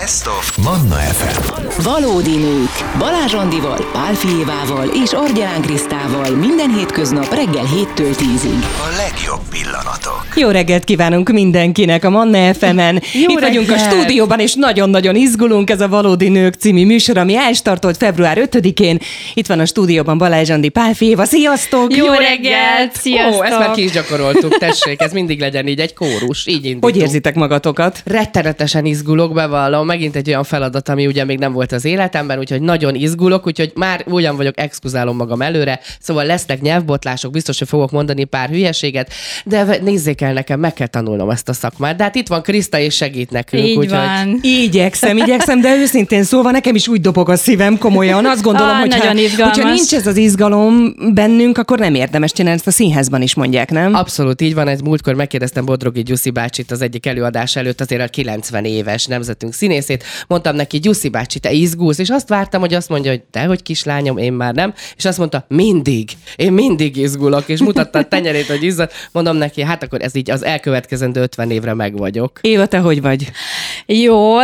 Best of Manna FM. Valódi nők. Balázs Andival, Pál Fijévával és Argyán Krisztával minden hétköznap reggel 7-től 10-ig. A legjobb pillanatok. Jó reggelt kívánunk mindenkinek a Manna FM-en. Itt vagyunk a stúdióban, és nagyon-nagyon izgulunk. Ez a Valódi Nők című műsor, ami elstartolt február 5-én. Itt van a stúdióban Balázs Andi, Pál Fijéva. Sziasztok! Jó reggelt! Sziasztok! Ezt már ki is gyakoroltuk, tessék, ez mindig legyen így egy kórus, így indítunk. Hogy érzitek magatokat? Rettenetesen izgulok, bevallom, megint egy olyan feladat, ami ugye még nem volt az életemben, úgyhogy nagyon izgulok, úgyhogy már ugyan vagyok, exkuzálom magam előre, szóval lesznek nyelvbotlások, biztos, hogy fogok mondani pár hülyeséget, de nézzék el nekem, meg kell tanulnom ezt a szakmát. De hát itt van Kriszta, és segít nekünk. Így van. Igyekszem, de őszintén szólva nekem is úgy dobog a szívem komolyan. Azt gondolom, hogyha nincs ez az izgalom bennünk, akkor nem érdemes csinálni, ezt a színházban is mondják, nem? Abszolút így van, egy múltkor megkérdeztem Bodrogi Gyuszi bácsit az egyik előadás előtt, azért a 90 éves nemzetünk színészét, mondtam neki, Gyuszi bácsi, te izgulsz, és azt vártam, hogy azt mondja, hogy dehogy kislányom, én már nem, és azt mondta, én mindig izgulok, és mutatta a tenyerét, hogy izzad, mondom neki, hát akkor ez így az elkövetkezendő 50 évre meg vagyok. Éva, te hogy vagy? Jól,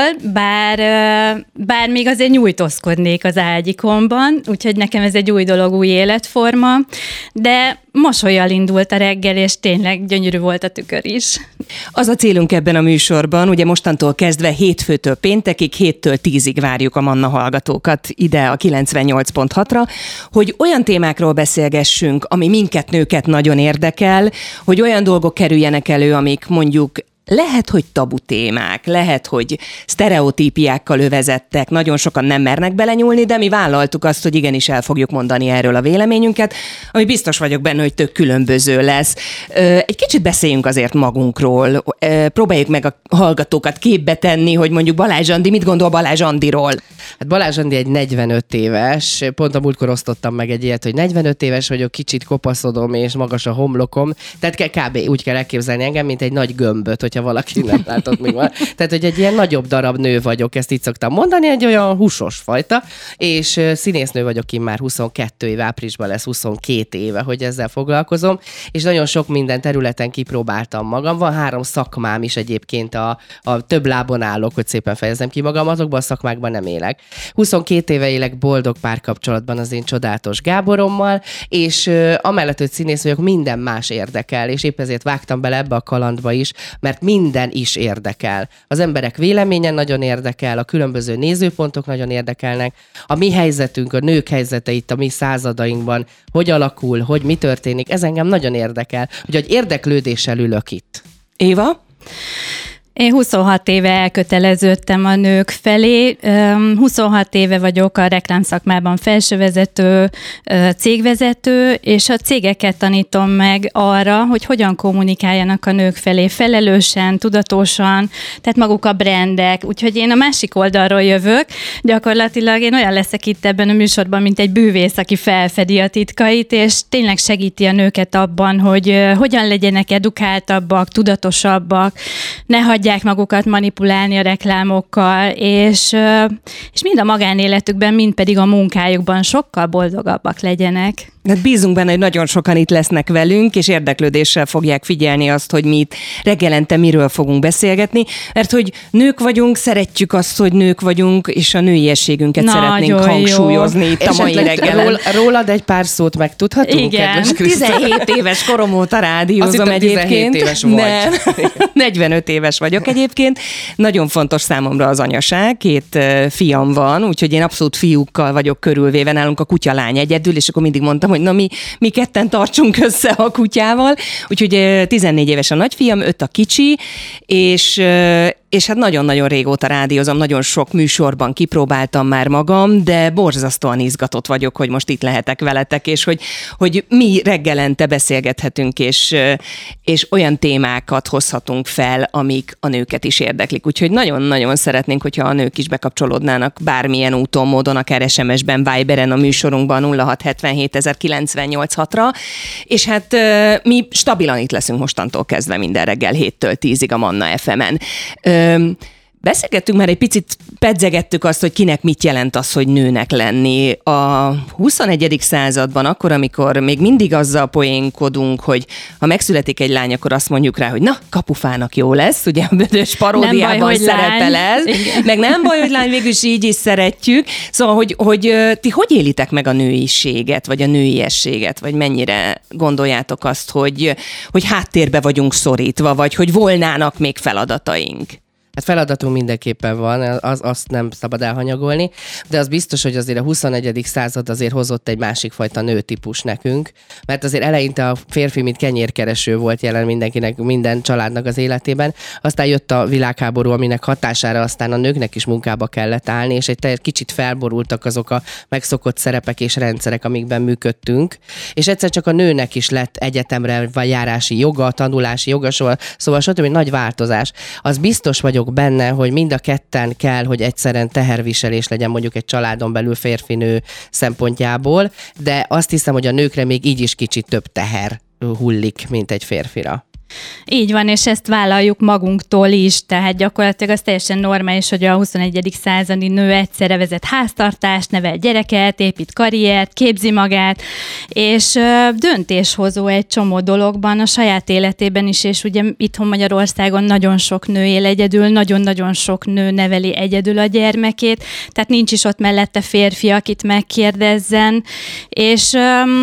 bár még azért nyújtózkodnék az ágyikomban, úgyhogy nekem ez egy új dolog, új életforma, de mosollyal indult a reggel, és tényleg gyönyörű volt a tükör is. Az a célunk ebben a műsorban, ugye mostantól kezdve hétfőtől péntekig, 7-től 10-ig várjuk a Manna hallgatókat ide a 98.6-ra, hogy olyan témákról beszélgessünk, ami minket nőket nagyon érdekel, hogy olyan dolgok kerüljenek elő, amik mondjuk lehet, hogy tabu témák, lehet, hogy sztereotípiákkal övezettek, nagyon sokan nem mernek belenyúlni, de mi vállaltuk azt, hogy igenis el fogjuk mondani erről a véleményünket, ami biztos vagyok benne, hogy tök különböző lesz. Egy kicsit beszéljünk azért magunkról, próbáljuk meg a hallgatókat képbe tenni, hogy mondjuk Balázs Andi, mit gondol Balázs Andiról? Hát Balázs Andi egy 45 éves, pont a múltkor osztottam meg egy ilyet, hogy 45 éves vagyok, kicsit kopaszodom és magas a homlokom, tehát kb. Úgy kell elképzelni engem, mint egy nagy gömböt, hogyha valaki nem látott még van. Tehát, hogy egy ilyen nagyobb darab nő vagyok, ezt így szoktam mondani, egy olyan húsos fajta, és színésznő vagyok, én már 22 éve, áprilisban lesz 22 éve, hogy ezzel foglalkozom, és nagyon sok minden területen kipróbáltam magam. Van 3 szakmám is egyébként, a több lábon állok, hogy szépen fejezem ki magam, azokban a szakmákban nem élek. 22 éve élek boldog párkapcsolatban az én csodálatos Gáborommal, és amellett, hogy színész vagyok, minden más érdekel, és épp ezért vágtam bele ebbe a kalandba is, mert minden is érdekel. Az emberek véleménye nagyon érdekel, a különböző nézőpontok nagyon érdekelnek, a mi helyzetünk, a nők helyzete itt a mi századainkban, hogy alakul, hogy mi történik, ez engem nagyon érdekel, úgyhogy érdeklődéssel ülök itt. Éva? Én 26 éve elköteleződtem a nők felé. 26 éve vagyok a reklámszakmában felsővezető, cégvezető, és a cégeket tanítom meg arra, hogy hogyan kommunikáljanak a nők felé felelősen, tudatosan, tehát maguk a brandek. Úgyhogy én a másik oldalról jövök. Gyakorlatilag én olyan leszek itt ebben a műsorban, mint egy bűvész, aki felfedi a titkait, és tényleg segíti a nőket abban, hogy hogyan legyenek edukáltabbak, tudatosabbak, ne hagyják magukat manipulálni a reklámokkal, és mind a magánéletükben, mind pedig a munkájukban sokkal boldogabbak legyenek. Hát bízunk benne, hogy nagyon sokan itt lesznek velünk, és érdeklődéssel fogják figyelni azt, hogy mi itt reggelente miről fogunk beszélgetni, mert hogy nők vagyunk, szeretjük azt, hogy nők vagyunk, és a nőiességünket szeretnénk hangsúlyozni itt a mai reggelen. Rólad egy pár szót megtudhatunk, igen. Kedves Kriszta? 17 éves korom óta rádiózom egyébként. 17 éves vagy. Nem, 45 éves vagyok egyébként. Nagyon fontos számomra az anyaság, 2 fiam van, úgyhogy én abszolút fiúkkal vagyok körülvéve, nálunk a kutya-lány egyedül, és akkor mindig mondtam, hogy na mi ketten tartsunk össze a kutyával. Úgyhogy 14 éves a nagyfiam, 5 a kicsi, és hát nagyon-nagyon régóta rádiózom, nagyon sok műsorban kipróbáltam már magam, de borzasztóan izgatott vagyok, hogy most itt lehetek veletek, és hogy mi reggelente beszélgethetünk, és olyan témákat hozhatunk fel, amik a nőket is érdeklik. Úgyhogy nagyon-nagyon szeretnénk, hogyha a nők is bekapcsolódnának bármilyen úton, módon, akár SMS-ben, Viberen a műsorunkban 0677 és hát mi stabilan itt leszünk mostantól kezdve minden reggel 7-től 10-ig a Manna FM-en. Beszélgettünk már egy picit, pedzegettük azt, hogy kinek mit jelent az, hogy nőnek lenni. A 21. században, akkor, amikor még mindig azzal poénkodunk, hogy ha megszületik egy lány, akkor azt mondjuk rá, hogy na, kapufának jó lesz, ugye a Bödös paródiában szerepel ez, meg nem baj, hogy lány, végül is így is szeretjük. Szóval, hogy ti hogy élitek meg a nőiséget, vagy a nőiességet, vagy mennyire gondoljátok azt, hogy háttérbe vagyunk szorítva, vagy hogy volnának még feladataink? Hát feladatunk mindenképpen van, azt nem szabad elhanyagolni, de az biztos, hogy azért a 21. század azért hozott egy másik fajta nőtípus nekünk, mert azért eleinte a férfi, mint kenyérkereső volt jelen mindenkinek, minden családnak az életében, aztán jött a világháború, aminek hatására aztán a nőknek is munkába kellett állni, és egy kicsit felborultak azok a megszokott szerepek és rendszerek, amikben működtünk, és egyszer csak a nőnek is lett egyetemre vagy járási joga, tanulási joga, szóval stb. Nagy változás. Az biztos vagyok benne, hogy mind a ketten kell, hogy egyszerűen teherviselés legyen mondjuk egy családon belül férfinő szempontjából, de azt hiszem, hogy a nőkre még így is kicsit több teher hullik, mint egy férfira. Így van, és ezt vállaljuk magunktól is, tehát gyakorlatilag az teljesen normális, hogy a 21. századi nő egyszerre vezet háztartást, nevel gyereket, épít karriert, képzi magát, és döntéshozó egy csomó dologban, a saját életében is, és ugye itthon Magyarországon nagyon sok nő él egyedül, nagyon-nagyon sok nő neveli egyedül a gyermekét, tehát nincs is ott mellette férfi, akit megkérdezzen, és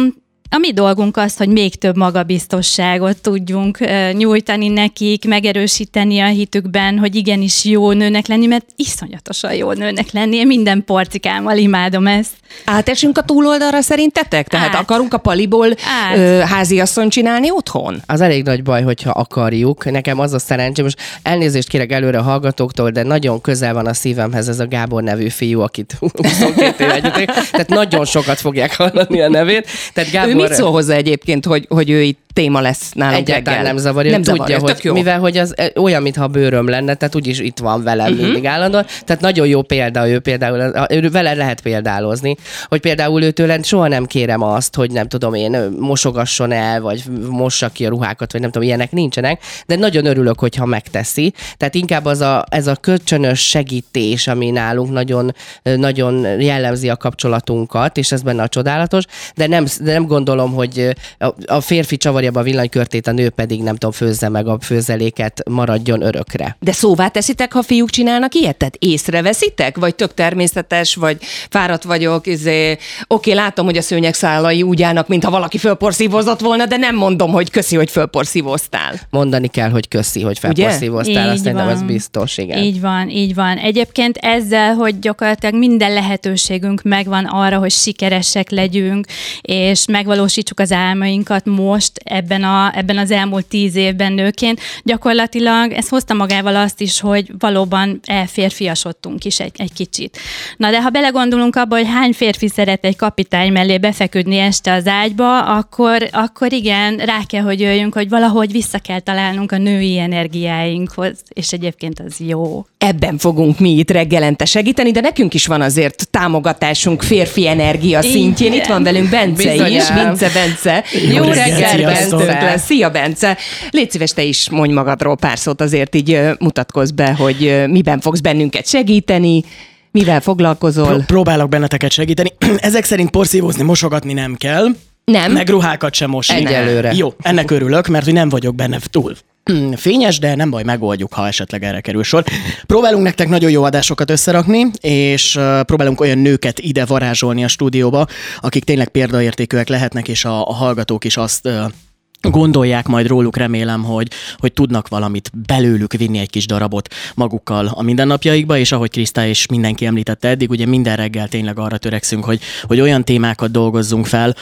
a mi dolgunk az, hogy még több magabiztosságot tudjunk nyújtani nekik, megerősíteni a hitükben, hogy igenis jó nőnek lenni, mert iszonyatosan jó nőnek lenni. Én minden porcikámmal imádom ezt. Átesünk a túloldalra szerintetek? Tehát akarunk a paliból háziasszonyt csinálni otthon? Az elég nagy baj, hogyha akarjuk. Nekem az a szerencsém, most elnézést kérek előre a hallgatóktól, de nagyon közel van a szívemhez ez a Gábor nevű fiú, akit 22 éve együtt. Tehát nagyon sokat fogják hallani a nevét. Tehát Gábor... Mit szól hozzá egyébként, hogy ő itt téma lesz nálunk egyáltalán reggel? nem zavarja. Nem tudja, zavarja, hogy mivel hogy az olyan, mintha bőröm lenne, tehát úgyis itt van velem mindig állandóan. Tehát nagyon jó példa ő például, vele lehet példálozni, hogy például őtől soha nem kérem azt, hogy nem tudom én, mosogasson el, vagy mossa ki a ruhákat, vagy nem tudom, ilyenek nincsenek, de nagyon örülök, hogyha megteszi. Tehát inkább ez a kölcsönös segítés, ami nálunk nagyon, nagyon jellemzi a kapcsolatunkat, és ez benne a csodálatos, de nem gondolom, hogy a férfi csavarja a villanykörtét, a nő pedig nem tudom, főzze meg a főzeléket, maradjon örökre. De szóvá teszitek, ha fiúk csinálnak ilyet? Tehát észreveszitek? Vagy tök természetes, vagy fáradt vagyok, oké, látom, hogy a szőnyegszálai úgy állnak, mintha valaki fölporszívózott volna, de nem mondom, hogy köszi, hogy fölporszívóztál. Mondani kell, hogy köszi, hogy felporszívóztál, azt szerintem az biztos, igen. Így van. Egyébként ezzel, hogy gyakorlatilag minden lehetőségünk megvan arra, hogy sikeresek legyünk, és megvalósítsuk az álmainkat most ebben az elmúlt 10 évben nőként. Gyakorlatilag ez hozta magával azt is, hogy valóban elférfiasodtunk is egy kicsit. Na de ha belegondolunk abba, hogy hány férfi szeret egy kapitány mellé befeküdni este az ágyba, akkor igen, rá kell, hogy jöjjünk, hogy valahogy vissza kell találnunk a női energiáinkhoz, és egyébként az jó. Ebben fogunk mi itt reggelente segíteni, de nekünk is van azért támogatásunk férfi energia szintjén. Itt van velünk Bence is, Bence. Jó reggel, Bence. Szia, Bence. Légy szíves, te is mondj magadról pár szót, azért így mutatkozz be, hogy miben fogsz bennünket segíteni, mivel foglalkozol. Próbálok benneteket segíteni. Ezek szerint porszívózni, mosogatni nem kell. Nem. Meg ruhákat sem mosni. Egyelőre. Jó, ennek örülök, mert hogy nem vagyok benne túl fényes, de nem baj, megoldjuk, ha esetleg erre kerül sor. Próbálunk nektek nagyon jó adásokat összerakni, és próbálunk olyan nőket ide varázsolni a stúdióba, akik tényleg példaértékűek lehetnek, és a hallgatók is azt gondolják majd róluk, remélem, hogy tudnak valamit belőlük vinni, egy kis darabot magukkal a mindennapjaikba, és ahogy Kriszta és mindenki említette eddig, ugye minden reggel tényleg arra törekszünk, hogy olyan témákat dolgozzunk fel,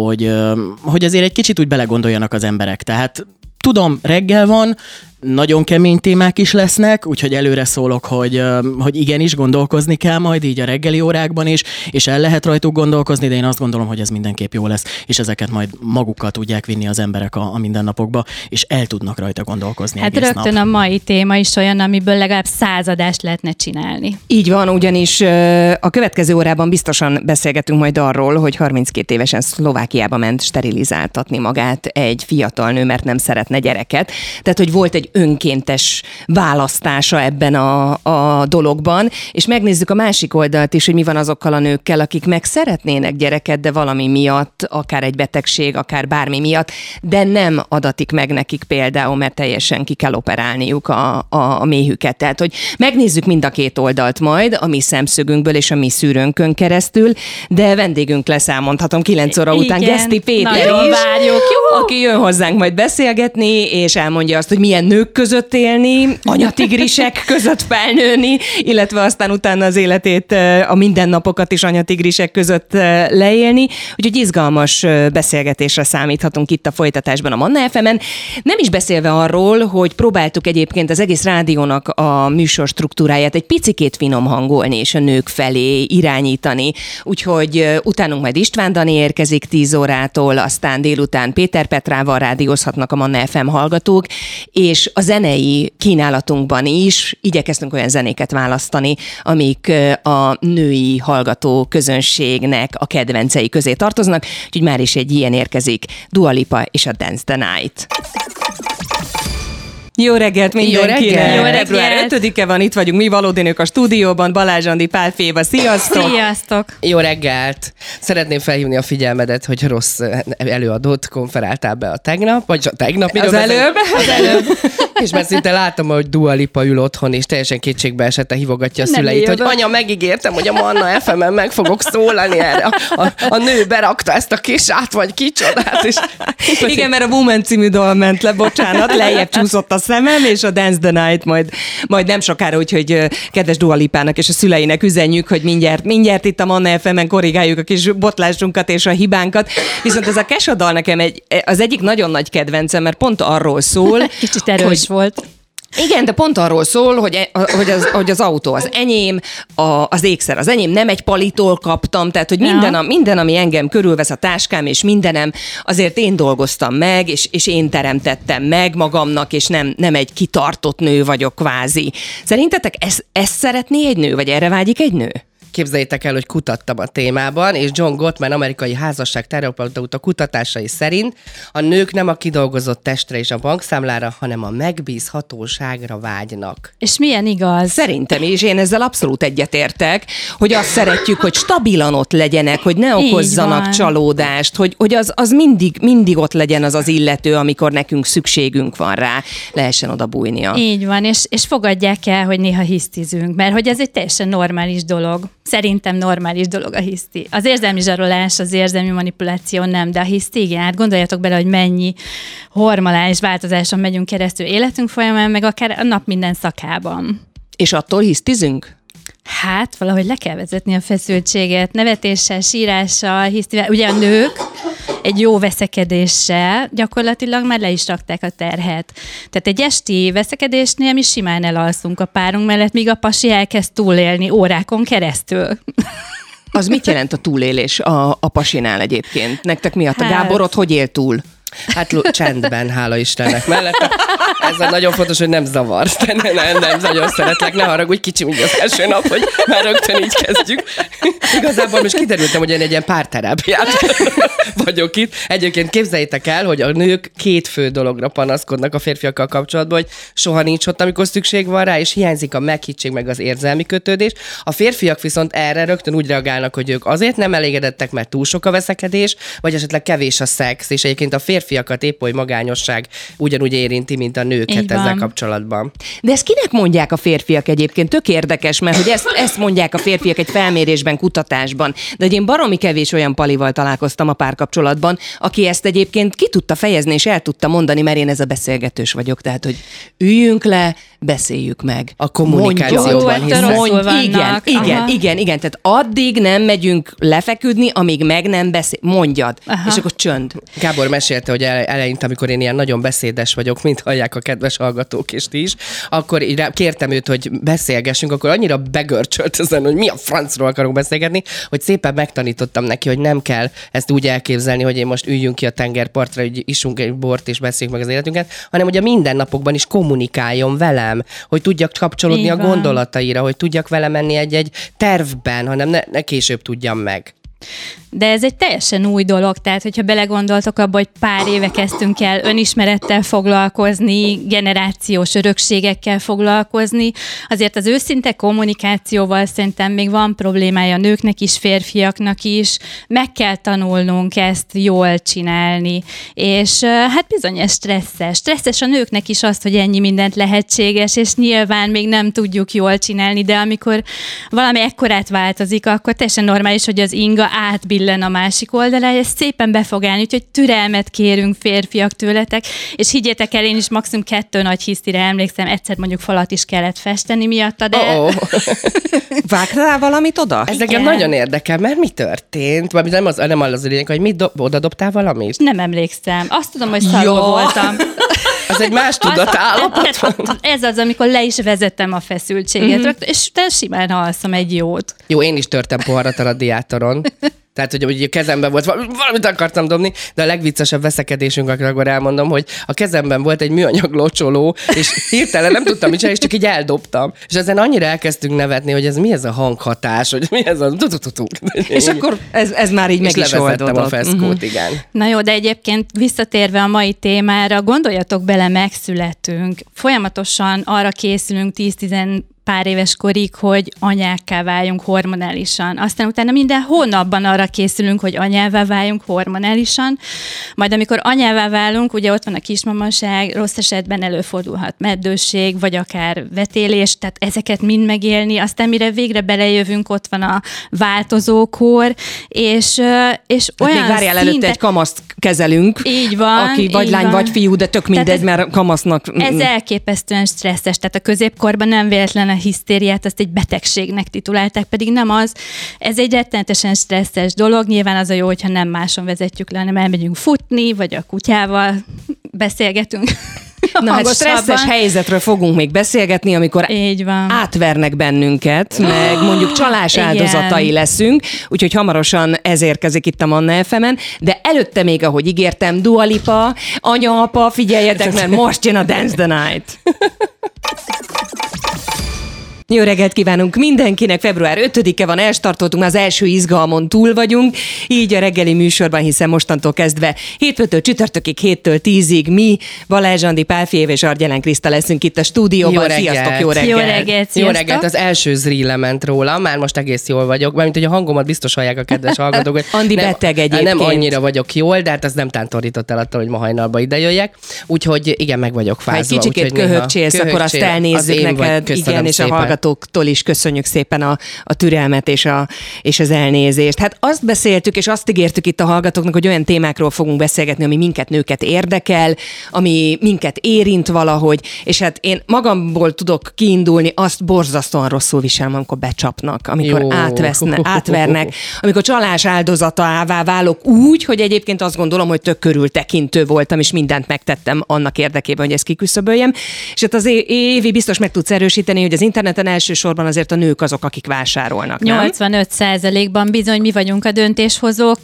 hogy azért egy kicsit úgy belegondoljanak az emberek. Tehát tudom, reggel van, nagyon kemény témák is lesznek, úgyhogy előre szólok, hogy igenis gondolkozni kell majd így a reggeli órákban is, és el lehet rajtuk gondolkozni, de én azt gondolom, hogy ez mindenképp jó lesz, és ezeket majd magukkal tudják vinni az emberek a mindennapokba, és el tudnak rajta gondolkozni hát egész rögtön nap. a mai téma is olyan, amiből legalább 100 adást lehetne csinálni. Így van, ugyanis a következő órában biztosan beszélgetünk majd arról, hogy 32 évesen Szlovákiába ment sterilizáltatni magát egy fiatal nő, mert nem szeretne gyereket. Tehát, hogy volt egy önkéntes választása ebben a dologban, és megnézzük a másik oldalt is, hogy mi van azokkal a nőkkel, akik meg szeretnének gyereket, de valami miatt, akár egy betegség, akár bármi miatt, de nem adatik meg nekik például, mert teljesen ki kell operálniuk a méhüket. Tehát, hogy megnézzük mind a két oldalt majd, a mi szemszögünkből és a mi szűrőnkön keresztül, de vendégünk lesz, elmondhatom, 9 óra után Geszti Péter is, várjuk, aki jön hozzánk majd beszélgetni, és elmondja azt, hogy milyen nők között élni, anyatigrisek között felnőni, illetve aztán utána az életét, a mindennapokat is anyatigrisek között leélni. Úgyhogy izgalmas beszélgetésre számíthatunk itt a folytatásban a Manna FM-en. Nem is beszélve arról, hogy próbáltuk egyébként az egész rádiónak a műsor struktúráját egy picikét finom hangolni, és a nők felé irányítani. Úgyhogy utánunk majd István Dani érkezik 10 órától, aztán délután Péter Petrával rádiózhatnak a Manna FM hallgatók, és a zenei kínálatunkban is igyekeztünk olyan zenéket választani, amik a női hallgató közönségnek a kedvencei közé tartoznak, úgyhogy már is egy ilyen érkezik. Dua Lipa és a Dance the Night. Jó reggelt mindenkinek! Jó reggelt! Február 5-e van, itt vagyunk mi valódi nők a stúdióban, Balázs Andi, Pál Féva, sziasztok! Sziasztok! Jó reggelt! Szeretném felhívni a figyelmedet, hogy rossz előadót konferáltál be a tegnap, vagy tegnap. Az előbb. És mert szinte látom, hogy Dua Lipa ül otthon, és teljesen kétségbe esette, hívogatja a szüleit, hogy anya, megígértem, hogy a Manna FM-en meg fogok szólalni erre. A nő berakta ezt a kisát, vagy kicsodát. És igen, mert a Woman című dal ment le, bocsánat, lejjebb csúszott a szemem, és a Dance the Night majd nem sokára, úgyhogy kedves Dua Lipának és a szüleinek üzenjük, hogy mindjárt itt a Manna FM-en korrigáljuk a kis botlásunkat és a hibánkat. Viszont ez a Kesha dal nekem az egyik nagyon nagy kedvencem, mert pont arról szól, Kicsit erős volt. Igen, de pont arról szól, hogy az autó az enyém, az ékszer az enyém, nem egy palitól kaptam, tehát hogy minden, ami engem körülvesz, a táskám és mindenem, azért én dolgoztam meg, és én teremtettem meg magamnak, és nem egy kitartott nő vagyok kvázi. Szerintetek ezt szeretné egy nő, vagy erre vágyik egy nő? Képzeljétek el, hogy kutattam a témában, és John Gottman amerikai házasságterapeuta kutatásai szerint a nők nem a kidolgozott testre és a bankszámlára, hanem a megbízhatóságra vágynak. És milyen igaz? Szerintem is, én ezzel abszolút egyetértek, hogy azt szeretjük, hogy stabilan ott legyenek, hogy ne okozzanak csalódást, hogy az mindig ott legyen az illető, amikor nekünk szükségünk van rá, lehessen oda bújnia. Így van, és fogadják el, hogy néha hisztizünk, mert hogy ez egy teljesen normális dolog. Szerintem normális dolog a hiszti. Az érzelmi zsarolás, az érzelmi manipuláció nem, de a hiszti igen. Hát gondoljatok bele, hogy mennyi hormonális változáson megyünk keresztül életünk folyamán, meg akár a nap minden szakában. És attól hisztizünk? Hát valahogy le kell vezetni a feszültséget, nevetéssel, sírással, hisztivel. Ugye a nők egy jó veszekedéssel gyakorlatilag már le is rakták a terhet. Tehát egy esti veszekedésnél mi simán elalszunk a párunk mellett, míg a pasi elkezd túlélni órákon keresztül. Az mit jelent a túlélés a pasinál egyébként? Nektek miatt a Gáborod hogy él túl? Hát csendben, hála Istennek mellette. Ez nagyon fontos, hogy nem zavar. Nem nagyon szeretlek, ne haragudj, kicsim így az első nap, hogy már rögtön így kezdjük. Igazából most kiderültem, hogy én egy ilyen párterápiát vagyok itt. Egyébként képzeljétek el, hogy a nők 2 fő dologra panaszkodnak a férfiakkal kapcsolatban, hogy soha nincs ott, amikor szükség van rá, és hiányzik a meghittség meg az érzelmi kötődés. A férfiak viszont erre rögtön úgy reagálnak, hogy ők azért nem elégedettek, mert túl sok a veszekedés, vagy esetleg kevés a szex, és egyébként a férfiakat épp oly magányosság ugyanúgy érinti, mint a nőket ezzel kapcsolatban. De ezt kinek mondják a férfiak egyébként? Tök érdekes, mert hogy ezt mondják a férfiak egy felmérésben, kutatásban. De hogy én baromi kevés olyan palival találkoztam a párkapcsolatban, aki ezt egyébként ki tudta fejezni és el tudta mondani, mert én ez a beszélgetős vagyok. Tehát, hogy üljünk le, beszéljük meg. A kommunikációban Igen. Tehát addig nem megyünk lefeküdni, amíg meg nem mondjad. Aha. És akkor csönd. Gábor mesélte, hogy eleinte, amikor én ilyen nagyon beszédes vagyok, mint hallják a kedves hallgatók és ti is, akkor kértem őt, hogy beszélgessünk, akkor annyira begörcsölt ezen, hogy mi a francról akarok beszélgetni, hogy szépen megtanítottam neki, hogy nem kell ezt úgy elképzelni, hogy én most üljünk ki a tengerpartra, hogy isunk egy bort és beszéljük meg az életünket, hanem hogy a mindennapokban is kommunikáljon velem, hogy tudjak kapcsolódni a gondolataira, hogy tudjak vele menni egy tervben, hanem ne később tudjam meg. De ez egy teljesen új dolog, tehát hogyha belegondoltok abba, hogy pár éve kezdtünk el önismerettel foglalkozni, generációs örökségekkel foglalkozni, azért az őszinte kommunikációval szerintem még van problémája nőknek is, férfiaknak is, meg kell tanulnunk ezt jól csinálni, és hát bizony ez stresszes. Stresszes a nőknek is azt, hogy ennyi mindent lehetséges, és nyilván még nem tudjuk jól csinálni, de amikor valami ekkorát változik, akkor teljesen normális, hogy az inga átbillen a másik oldalára, és szépen be fog állni, úgyhogy türelmet kérünk férfiak tőletek, és higgyétek el, én is maximum 2 nagy hisztire emlékszem, egyszer mondjuk falat is kellett festeni miatta, de... Vágtál valamit oda? Ez engem nagyon érdekel, mert mi történt? Vagy nem az a lényeg, hogy mit oda dobtál valamit? Nem emlékszem. Azt tudom, hogy szarul voltam. Az egy más tudatállapot. Ez az, amikor le is vezettem a feszültséget, és utána simán alszom egy jót. Jó, én is törtem poharat a radiátoron. Tehát, hogy a kezemben volt, valamit akartam dobni, de a legviccesebb veszekedésünk, akkor elmondom, hogy a kezemben volt egy műanyag locsoló, és hirtelen nem tudtam mit csinálni, és csak így eldobtam. És ezen annyira elkezdtünk nevetni, hogy ez mi ez a hanghatás, hogy mi ez a... És akkor ez már így meg is oldódott. a feszkót, igen. Na jó, de egyébként visszatérve a mai témára, gondoljatok bele, megszületünk. Folyamatosan arra készülünk 10-10 pár éves korig, hogy anyákká váljunk hormonálisan. Aztán utána minden hónapban arra készülünk, hogy anyává váljunk hormonálisan. Majd amikor anyává válunk, ugye ott van a kismamaság, rossz esetben előfordulhat meddőség, vagy akár vetélés, tehát ezeket mind megélni. Aztán mire végre belejövünk, ott van a változókor, és olyan még várjál, előtte egy kamaszt kezelünk. Így van. Aki vagy lány, vagy fiú, de tök mindegy, mert kamasznak... Ez elképesztően stresszes, tehát a középkorban nem véletlen a hisztériát, azt egy betegségnek titulálták, pedig nem az. Ez egy rettenetesen stresszes dolog, nyilván az a jó, hogyha nem máson vezetjük le, hanem elmegyünk futni, vagy a kutyával beszélgetünk. Na hát stresszes helyzetről fogunk még beszélgetni, amikor átvernek bennünket, meg mondjuk csalás áldozatai leszünk, úgyhogy hamarosan ez érkezik itt a Manna FM-en, de előtte még, ahogy ígértem, Dua Lipa, anya-apa, figyeljetek, mert most jön a Dance the Night. Jó reggelt kívánunk mindenkinek, február 5-e van, elstartoltunk, az első izgalmon túl vagyunk, így a reggeli műsorban, hiszen mostantól kezdve hétfőtől csütörtökig, 7-től 10-ig mi, Balázs Andi, Pál Fijév és Argyelán Kriszta leszünk itt a stúdióban. Sziasztok, jó reggelt! Jó reggelt, sziasztok! Jó reggelt, az első zrille ment róla, már most egész jól vagyok, mármint, hogy a hangomat biztos hallják a kedves hallgatók, hogy Andi beteg egyébként. Nem annyira vagyok jól, de hát az nem tántorított el attól, hogy ma hajnalba idejöjjek, úgyhogy igen, meg vagyok fázva. Ha egy kicsikét köhögcsélsz, akkor azt elnézzük neked, igen, és a hallgatóktól is köszönjük szépen a türelmet és az elnézést. Hát azt beszéltük, és azt ígértük itt a hallgatóknak, hogy olyan témákról fogunk beszélgetni, ami minket nőket érdekel, ami minket érint valahogy, és hát én magamból tudok kiindulni, azt borzasztóan rosszul viselem, amikor becsapnak, amikor átvernek, amikor csalás áldozatává válok úgy, hogy egyébként azt gondolom, hogy tök körültekintő voltam, és mindent megtettem annak érdekében, hogy ezt kiküszöböljem. És hát az Évi biztos meg tudsz erősíteni, hogy az interneten elsősorban azért a nők azok, akik vásárolnak, nem? 85%-ban bizony mi vagyunk a döntéshozók,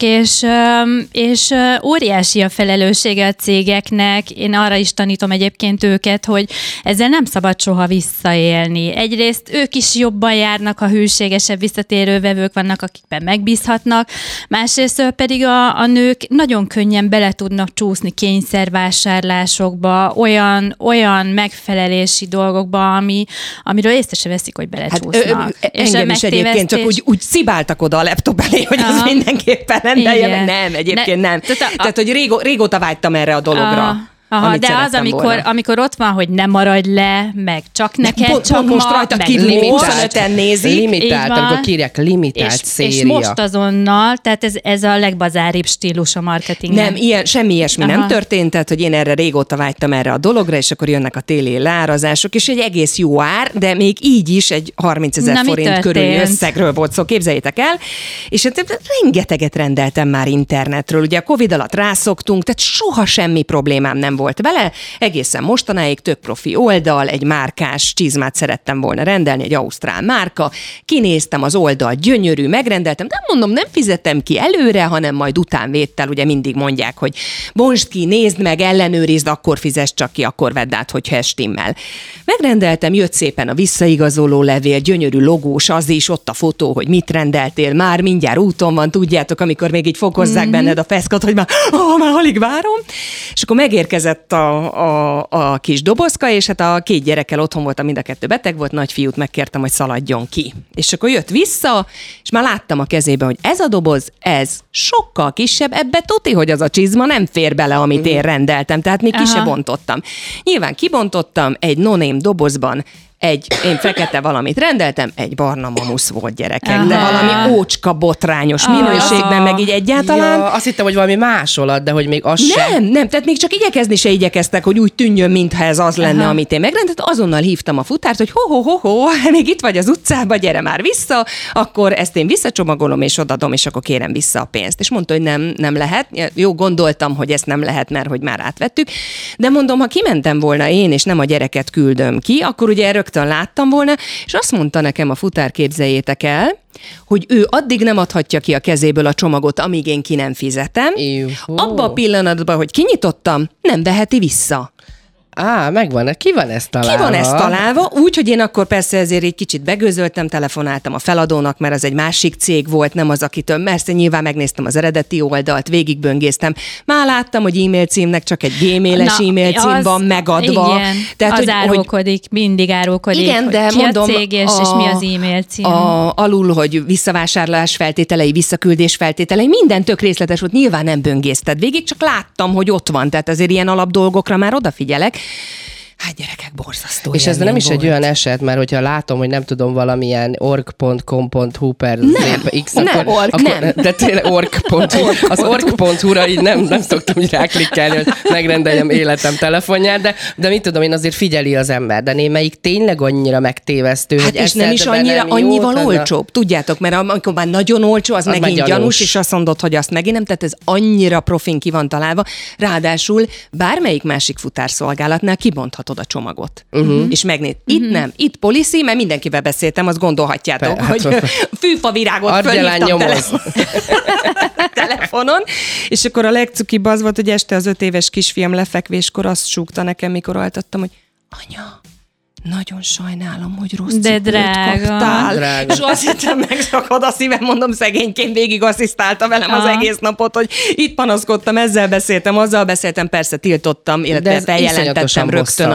és óriási a felelőssége a cégeknek. Én arra is tanítom egyébként őket, hogy ezzel nem szabad soha visszaélni. Egyrészt ők is jobban járnak, ha hűségesebb visszatérő vevők vannak, akikben megbízhatnak. Másrészt pedig a nők nagyon könnyen bele tudnak csúszni kényszervásárlásokba, olyan megfelelési dolgokba, amiről észre se veszik, hogy belecsúsznak. Engem is egyébként csak úgy szibáltak oda a laptop elé, hogy az mindenképpen rendelje. Nem, egyébként nem. Tehát, hogy régóta vágytam erre a dologra. De az, amikor ott van, hogy ne maradj le, meg csak neked, csak most rajta kívül 25-en nézik. Limitált, amikor kírják limitált széria. És most azonnal, tehát ez a legbazáribb stílus a marketingben. Nem, semmi ilyesmi nem történt, tehát hogy én erre régóta vágytam erre a dologra, és akkor jönnek a téli leárazások, és egy egész jó ár, de még így is egy 30 000 forint körüli összegről volt szó, képzeljétek el. És hát rengeteget rendeltem már internetről. Ugye a Covid alatt rászoktunk, tehát soha semmi problémám nem volt vele, egészen mostanáig tök profi oldal, egy márkás csizmát szerettem volna rendelni, egy ausztrál márka, kinéztem az oldal, gyönyörű, megrendeltem, de mondom, nem fizetem ki előre, hanem majd utánvéttel, ugye mindig mondják, hogy bontsd ki, nézd meg, ellenőrizd, akkor fizess csak ki, akkor vedd át, hogyha ez stimmel. Megrendeltem, jött szépen a visszaigazoló levél, gyönyörű logós az is, ott a fotó, hogy mit rendeltél, már mindjárt úton van, tudjátok, amikor még így fokozzák benned a feszkat, hogy már alig várom. És akkor megérkezett a kis dobozka, és hát a 2 gyerekkel otthon voltam, mind a 2 beteg volt, nagyfiút megkértem, hogy szaladjon ki. És akkor jött vissza, és már láttam a kezében, hogy ez a doboz, ez sokkal kisebb, ebbe tuti, hogy az a csizma nem fér bele, amit én rendeltem, tehát még ki se bontottam. Nyilván kibontottam egy no-name dobozban, én fekete valamit rendeltem, egy barna mamusz volt, gyerekek, de valami ócska botrányos minőségben, meg így egyáltalán. Ja, azt hittem, hogy valami másolat, de hogy még az sem. Nem, tehát még csak igyekezni se igyekeztek, hogy úgy tűnjön, mintha ez az lenne, amit én megrendeltem. Azonnal hívtam a futárt, hogy még itt vagy az utcába, gyere már vissza, akkor ezt én visszacsomagolom és odadom, és akkor kérem vissza a pénzt. És mondta, hogy nem lehet. Jó, gondoltam, hogy ezt nem lehet, mert hogy már átvettük. De mondom, ha kimentem volna én, és nem a gyereket küldöm ki, akkor ugye rögtön láttam volna, és azt mondta nekem a futár, képzeljétek el, hogy ő addig nem adhatja ki a kezéből a csomagot, amíg én ki nem fizetem. Abba a pillanatban, hogy kinyitottam, nem veheti vissza. Megvan, ki van ezt találva? Ki van ezt találva? Úgy, hogy én akkor persze ezért egy kicsit begőzöltem, telefonáltam a feladónak, mert az egy másik cég volt, nem az, akitől. Persze nyilván megnéztem az eredeti oldalt, végigböngésztem. Már láttam, hogy e-mail címnek csak egy gmail-es e-mail cím van megadva. Igen, tehát, az árulkodik, mindig árulkodik, igen, de ki mondom, a cég és mi az e-mail cím. Alul, hogy visszavásárlás feltételei, visszaküldés feltételei, minden tök részletes volt, nyilván nem böngészted végig, csak láttam, hogy ott van, tehát azért ilyen alapdolgokra már odafigyelek. Hát gyerekek, borzasztó. És ez nem is egy olyan eset, mert hogyha látom, hogy nem tudom, valamilyen org.com.hu per x, akkor de tényleg org.hu. Az org.hu-ra így nem szoktam így ráklikkelni, hogy megrendeljem életem telefonját, de mit tudom én, azért figyeli az ember, de némelyik tényleg annyira megtévesztő, hát hogy és nem is annyival olcsóbb, tudjátok, mert amikor már nagyon olcsó, az megint gyanús, és azt mondod, hogy azt megint nem, tehát ez annyira profin ki van találva, ráadásul bármelyik másik futárszolgálatnál kibonthatod a csomagot. És megnéz. Itt nem, itt policy, mert mindenkivel beszéltem, azt gondolhatjátok, hogy fűfavirágot fölhívtam telefonon, és akkor a legcukibb az volt, hogy este az 5 éves kisfiam lefekvéskor azt súgta nekem, mikor altattam, hogy anya, nagyon sajnálom, hogy rossz cipőt kaptál. Drága. És azt hittem, megszakad a szívem, mondom, szegényként végig asszisztálta velem az egész napot, hogy itt panaszkodtam, ezzel beszéltem, azzal beszéltem, persze tiltottam, illetve feljelentettem rögtön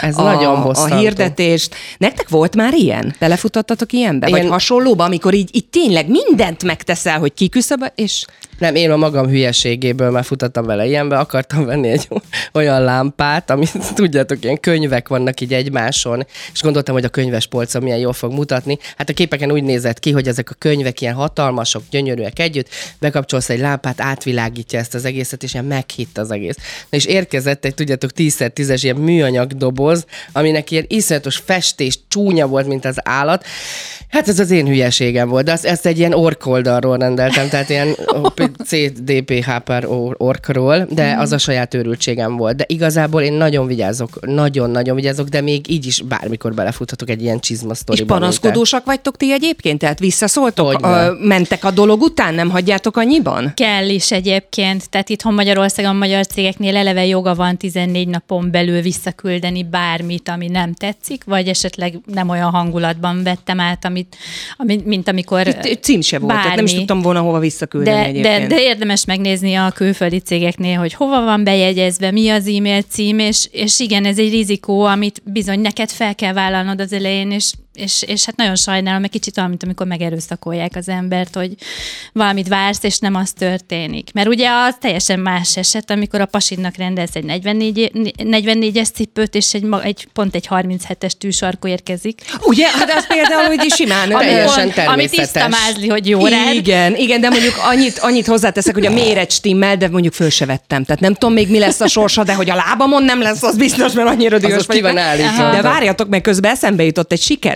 a hirdetést. Nektek volt már ilyen? Belefutottatok ilyenbe? Vagy hasonlóba, amikor így tényleg mindent megteszel, hogy kiküszöböl, és... Nem, én a magam hülyeségéből már futottam vele ilyenbe, akartam venni egy olyan lámpát, amit tudjátok, ilyen könyvek vannak így egymáson, és gondoltam, hogy a könyvespolcon milyen jól fog mutatni. Hát a képeken úgy nézett ki, hogy ezek a könyvek ilyen hatalmasok, gyönyörűek együtt, bekapcsolsz egy lámpát, átvilágítja ezt az egészet, és ilyen meghitt az egész. Na és érkezett egy, tudjátok, 10x10-es ilyen műanyag doboz, aminek ilyen iszonyatos festés, csúnya volt, mint az állat. Hát ez az én hülyeségem volt, de ezt egy ilyen ork oldalról rendeltem, tehát ilyen CDPH per orkról, de az a saját őrültségem volt. De igazából én nagyon vigyázok, nagyon-nagyon vigyázok, de még így is bármikor belefuthatok egy ilyen csizma sztoriban. És panaszkodósak vagytok ti egyébként? Tehát visszaszóltok? Mentek a dolog után? Nem hagyjátok annyiban? Kell is egyébként. Tehát itthon Magyarországon magyar cégeknél eleve joga van 14 napon belül visszaküldeni bármit, ami nem tetszik, vagy esetleg nem olyan hangulatban vettem át, mint amikor itt cím se volt, tehát nem is tudtam volna hova visszaküldeni egyébként. De érdemes megnézni a külföldi cégeknél, hogy hova van bejegyezve, mi az e-mail cím, és igen, ez egy rizikó, amit bizony neked fel kell vállalnod az elején, és hát nagyon sajnálom, mert kicsit olyan, mint amikor megerőszakolják az embert, hogy valamit vársz, és nem az történik. Mert ugye az teljesen más eset, amikor a pasidnak rendelsz egy 44-es cipőt, és pont egy 37-es tűsarkó érkezik. Ugye? Hát az például, hogy simán. Teljesen természetes. Amit tiszta mázli, hogy jó rád. Igen, de mondjuk annyit hozzáteszek, hogy a méret stimmel, de mondjuk föl se vettem. Tehát nem tudom még mi lesz a sorsa, de hogy a lábamon nem lesz, az biztos, mert annyira dühös vagy. De várjatok meg, közben eszembe jutott egy sikersztori,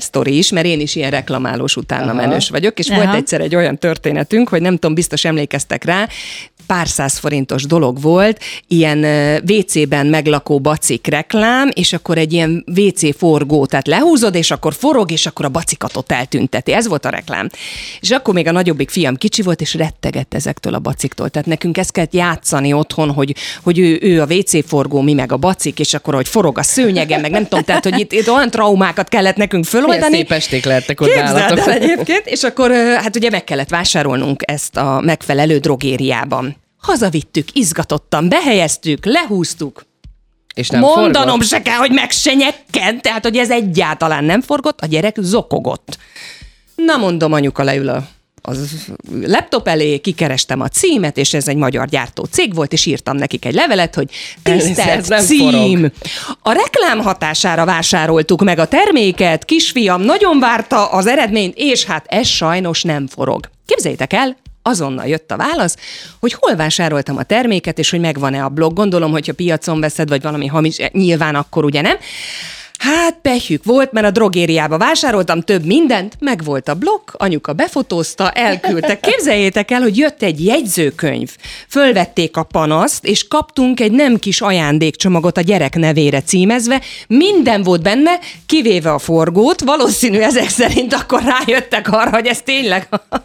sztori is, mert én is ilyen reklamálós utána menős vagyok, és Aha. volt egyszer egy olyan történetünk, hogy nem tudom, biztos emlékeztek rá, pár 100 forintos dolog volt, ilyen WC-ben meglakó bacik reklám, és akkor egy ilyen WC forgó, tehát lehúzod, és akkor forog, és akkor a bacikat ott eltünteti. Ez volt a reklám. És akkor még a nagyobbik fiam kicsi volt, és rettegett ezektől a baciktól. Tehát nekünk ezt kellett játszani otthon, hogy ő a WC forgó, mi meg a bacik, és akkor, hogy forog a szőnyegen, meg nem tudom, tehát, hogy itt olyan traumákat kellett nekünk föloldani. Milyen szép esték lehettek ott Képzeld nálatok. el egyébként, és akkor hát ugye meg kellett vásárolnunk ezt a megfelelő drogériában. Hazavittük, izgatottan, behelyeztük, lehúztuk. És nem Mondanom forgott? se kell, hogy meg se nyekkent, tehát hogy ez egyáltalán nem forgott, a gyerek zokogott. Na mondom, anyuka leül az laptop elé, kikerestem a címet, és ez egy magyar gyártó cég volt, és írtam nekik egy levelet, hogy tisztelt nem cím, forog. a reklám hatására vásároltuk meg a terméket, kisfiam nagyon várta az eredményt, és hát ez sajnos nem forog. Képzeljétek el, azonnal jött a válasz, hogy hol vásároltam a terméket, és hogy megvan-e a blog. Gondolom, hogyha piacon veszed, vagy valami hamis, nyilván akkor ugye nem. Hát pehjük volt, mert a drogériába vásároltam több mindent, meg volt a blog, anyuka befotózta, elküldte. Képzeljétek el, hogy jött egy jegyzőkönyv. Fölvették a panaszt, és kaptunk egy nem kis ajándékcsomagot a gyerek nevére címezve. Minden volt benne, kivéve a forgót. Valószínű ezek szerint akkor rájöttek arra, hogy ez tényleg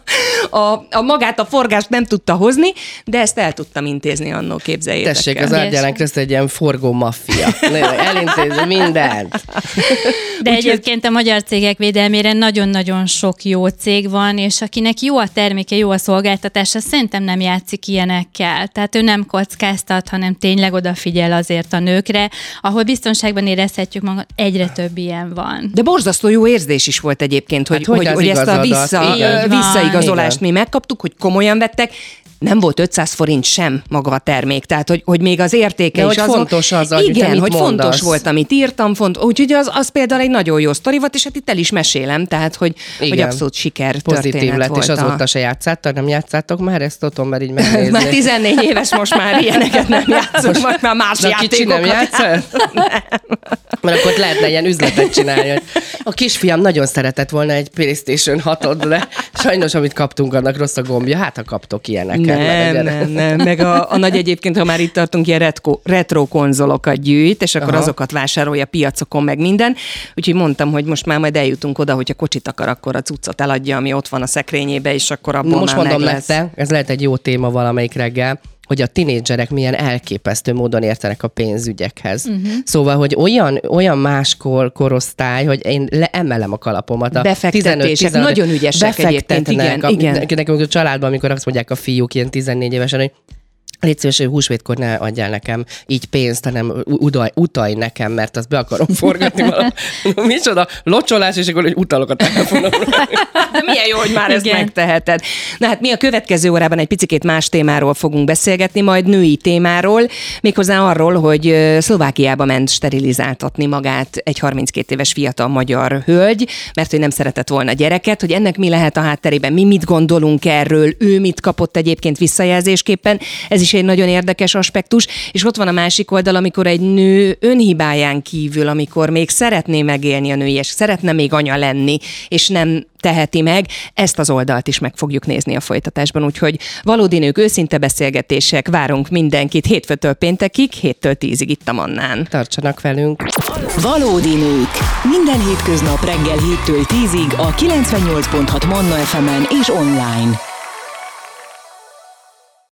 magát a forgást nem tudta hozni, de ezt el tudtam intézni annól, képzeljétek Tessék, el. az Árgyalán Kriszta egy ilyen forgó maffia. Elintézi mindent. De egyébként a magyar cégek védelmére nagyon-nagyon sok jó cég van, és akinek jó a terméke, jó a szolgáltatása, szerintem nem játszik ilyenekkel. Tehát ő nem kockáztat, hanem tényleg odafigyel azért a nőkre, ahol biztonságban érezhetjük magunkat, egyre több ilyen van. De borzasztó jó érzés is volt egyébként, hogy, Hát, hogy az ezt a igazadat. Igen. visszaigazolást Igen. mi megkaptuk, hogy komolyan vettek. Nem volt 500 forint sem maga a termék, tehát hogy még az értéke de is hogy azon. fontos az, hogy te igen, mit hogy mondasz. fontos volt, amit írtam, úgyhogy az például egy nagyon jó sztori volt, és hát itt el is mesélem, tehát hogy abszolút siker pozitív történet lett, volt. és azóta se játszátok, nem játszátok már ezt otthon, mert így megnézni. Már 14 éves, most már ilyeneket nem játszunk, most már más De a kicsi nem játékokat. játszol? Mert akkor lehetne ilyen üzletet csinálni. A kisfiam nagyon szeretett volna egy PlayStation 6-ot, de sajnos, amit kaptunk, annak rossz a gombja. Hát, ha kaptok ilyeneket. Nem. Meg a nagy egyébként, ha már itt tartunk, ilyen retro konzolokat gyűjt, és akkor azokat vásárolja piacokon, meg minden. Úgyhogy mondtam, hogy most már majd eljutunk oda, hogyha kocsit akar, akkor a cuccot eladja, ami ott van a szekrényébe, és akkor abból Most már mondom meg lesz. nektek, ez lehet egy jó téma valamelyik reggel, hogy a tinédzserek milyen elképesztő módon értenek a pénzügyekhez. Szóval, hogy olyan más korosztály, hogy én emelem a kalapomat. A Befektetések, nagyon ügyesek egyébként, igen. Nekünk a családban, amikor azt mondják a fiúk ilyen 14 évesen, hogy légy szíves, hogy húsvétkor ne adjál nekem így pénzt, hanem utalj nekem, mert azt be akarom forgatni valami. Micsoda locsolás, és akkor hogy utalok a telefonomra. De milyen jó, hogy már ezt Igen. megteheted. Na hát mi a következő órában egy picikét más témáról fogunk beszélgetni, majd női témáról, méghozzá arról, hogy Szlovákiába ment sterilizáltatni magát egy 32 éves fiatal magyar hölgy, mert hogy nem szeretett volna gyereket, hogy ennek mi lehet a hátterében, mi mit gondolunk erről, ő mit kapott egyébként visszajelzésképpen. Ez is egy nagyon érdekes aspektus, és ott van a másik oldal, amikor egy nő önhibáján kívül, amikor még szeretné megélni a női, és szeretne még anya lenni, és nem teheti meg, ezt az oldalt is meg fogjuk nézni a folytatásban, úgyhogy valódi nők, őszinte beszélgetések, várunk mindenkit hétfőtől péntekig, 7-től 10-ig itt a Mannán. Tartsanak velünk. Valódi nők. Minden hétköznap reggel 7-től 10-ig a 98.6 Manna FM-en és online.